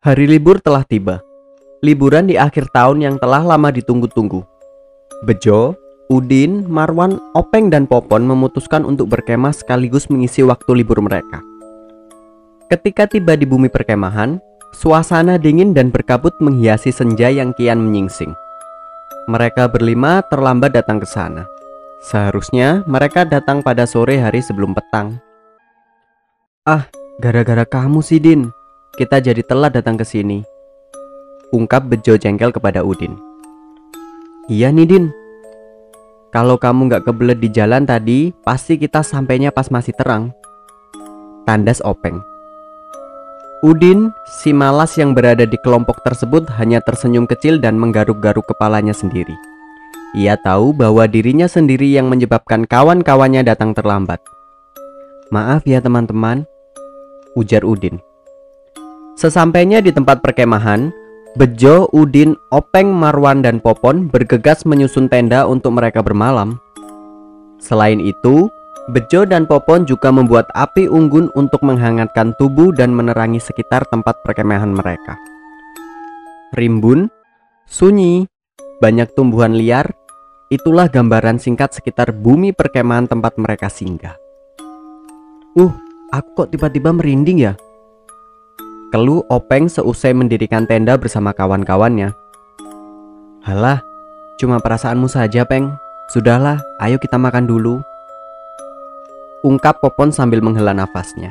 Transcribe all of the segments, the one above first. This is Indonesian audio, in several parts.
Hari libur telah tiba. Liburan di akhir tahun yang telah lama ditunggu-tunggu. Bejo, Udin, Marwan, Openg, dan Popon memutuskan untuk berkemah sekaligus mengisi waktu libur mereka. Ketika tiba di bumi perkemahan, suasana dingin dan berkabut menghiasi senja yang kian menyingsing. Mereka berlima terlambat datang ke sana. Seharusnya mereka datang pada sore hari sebelum petang. "Ah, gara-gara kamu sih, Din, kita jadi telat datang ke sini," ungkap Bejo jengkel kepada Udin. "Iya nih, Din. Kalau kamu gak kebelet di jalan tadi, pasti kita sampainya pas masih terang," tandas Openg. Udin, si malas yang berada di kelompok tersebut, hanya tersenyum kecil dan menggaruk-garuk kepalanya sendiri. Ia tahu bahwa dirinya sendiri yang menyebabkan kawan-kawannya datang terlambat. "Maaf ya teman-teman," ujar Udin. Sesampainya di tempat perkemahan, Bejo, Udin, Openg, Marwan, dan Popon bergegas menyusun tenda untuk mereka bermalam. Selain itu, Bejo dan Popon juga membuat api unggun untuk menghangatkan tubuh dan menerangi sekitar tempat perkemahan mereka. Rimbun, sunyi, banyak tumbuhan liar, itulah gambaran singkat sekitar bumi perkemahan tempat mereka singgah. Aku kok tiba-tiba merinding ya?" keluh Openg seusai mendirikan tenda bersama kawan-kawannya. "Halah, cuma perasaanmu saja, Peng. Sudahlah, ayo kita makan dulu," ungkap Popon sambil menghela nafasnya.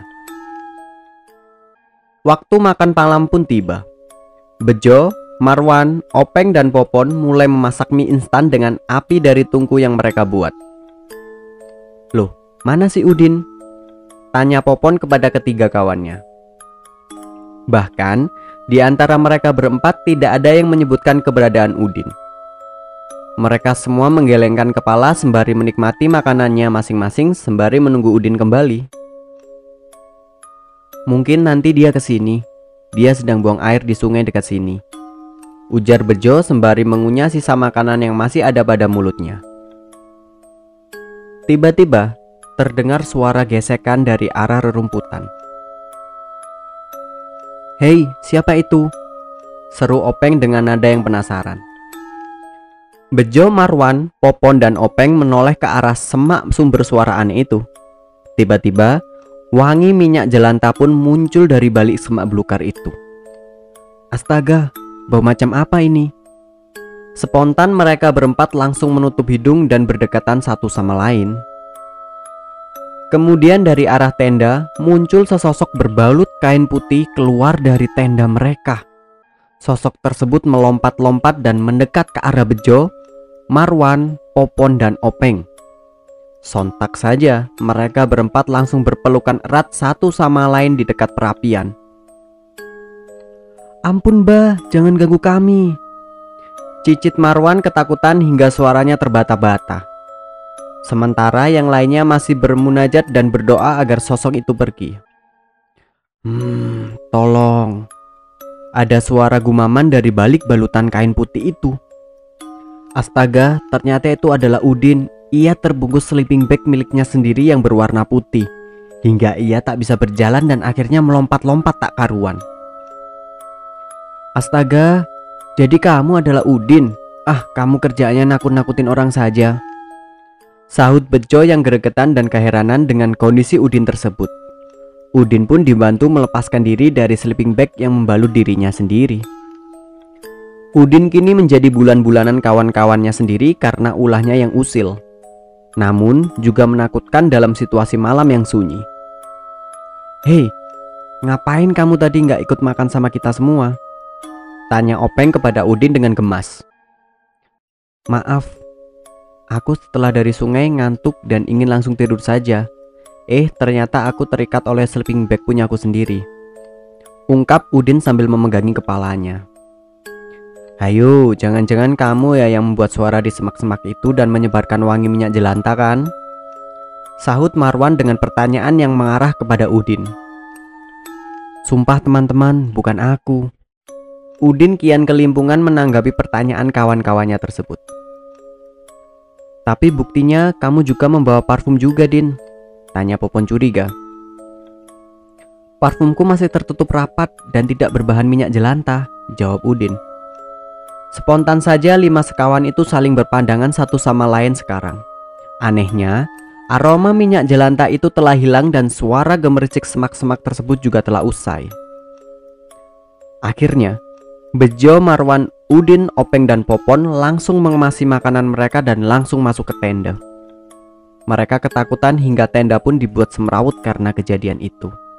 Waktu makan malam pun tiba. Bejo, Marwan, Openg, dan Popon mulai memasak mie instan dengan api dari tungku yang mereka buat. "Loh, mana si Udin?" tanya Popon kepada ketiga kawannya. Bahkan, di antara mereka berempat tidak ada yang menyebutkan keberadaan Udin. Mereka semua menggelengkan kepala sembari menikmati makanannya masing-masing sembari menunggu Udin kembali. "Mungkin nanti dia kesini. Dia sedang buang air di sungai dekat sini," ujar Bejo sembari mengunyah sisa makanan yang masih ada pada mulutnya. Tiba-tiba, terdengar suara gesekan dari arah rerumputan. "Hei, siapa itu?" seru Openg dengan nada yang penasaran. Bejo, Marwan, Popon, dan Openg menoleh ke arah semak sumber suara aneh itu. Tiba-tiba, wangi minyak jelantah pun muncul dari balik semak belukar itu. "Astaga, bau macam apa ini?" Spontan mereka berempat langsung menutup hidung dan berdekatan satu sama lain. Kemudian dari arah tenda muncul sesosok berbalut kain putih keluar dari tenda mereka. Sosok tersebut melompat-lompat dan mendekat ke arah Bejo, Marwan, Popon, dan Openg. Sontak saja mereka berempat langsung berpelukan erat satu sama lain di dekat perapian. "Ampun, Bah, jangan ganggu kami," cicit Marwan ketakutan hingga suaranya terbata-bata. Sementara yang lainnya masih bermunajat dan berdoa agar sosok itu pergi. Tolong." Ada suara gumaman dari balik balutan kain putih itu. Astaga, ternyata itu adalah Udin. Ia terbungkus sleeping bag miliknya sendiri yang berwarna putih, hingga ia tak bisa berjalan dan akhirnya melompat-lompat tak karuan. "Astaga, jadi kamu adalah Udin? Kamu kerjaannya nakut-nakutin orang saja," sahut Bejo yang gregetan dan keheranan dengan kondisi Udin tersebut. Udin pun dibantu melepaskan diri dari sleeping bag yang membalut dirinya sendiri. Udin kini menjadi bulan-bulanan kawan-kawannya sendiri karena ulahnya yang usil, namun juga menakutkan dalam situasi malam yang sunyi. "Hei, ngapain kamu tadi gak ikut makan sama kita semua?" tanya Openg kepada Udin dengan gemas. "Maaf, aku setelah dari sungai ngantuk dan ingin langsung tidur saja. Ternyata aku terikat oleh sleeping bag punya aku sendiri," ungkap Udin sambil memegangi kepalanya. "Ayo, jangan-jangan kamu ya yang membuat suara di semak-semak itu dan menyebarkan wangi minyak jelantah kan?" sahut Marwan dengan pertanyaan yang mengarah kepada Udin. "Sumpah teman-teman, bukan aku." Udin kian kelimpungan menanggapi pertanyaan kawan-kawannya tersebut. "Tapi buktinya kamu juga membawa parfum juga, Din," tanya Popon curiga. Parfumku masih tertutup rapat dan tidak berbahan minyak jelantah, jawab Udin. Spontan saja 5 sekawan itu saling berpandangan satu sama lain sekarang. Anehnya, aroma minyak jelantah itu telah hilang dan suara gemericik semak-semak tersebut juga telah usai. Akhirnya, Bejo, Marwan, Udin, Openg, dan Popon langsung mengemasi makanan mereka dan langsung masuk ke tenda. Mereka ketakutan hingga tenda pun dibuat semrawut karena kejadian itu.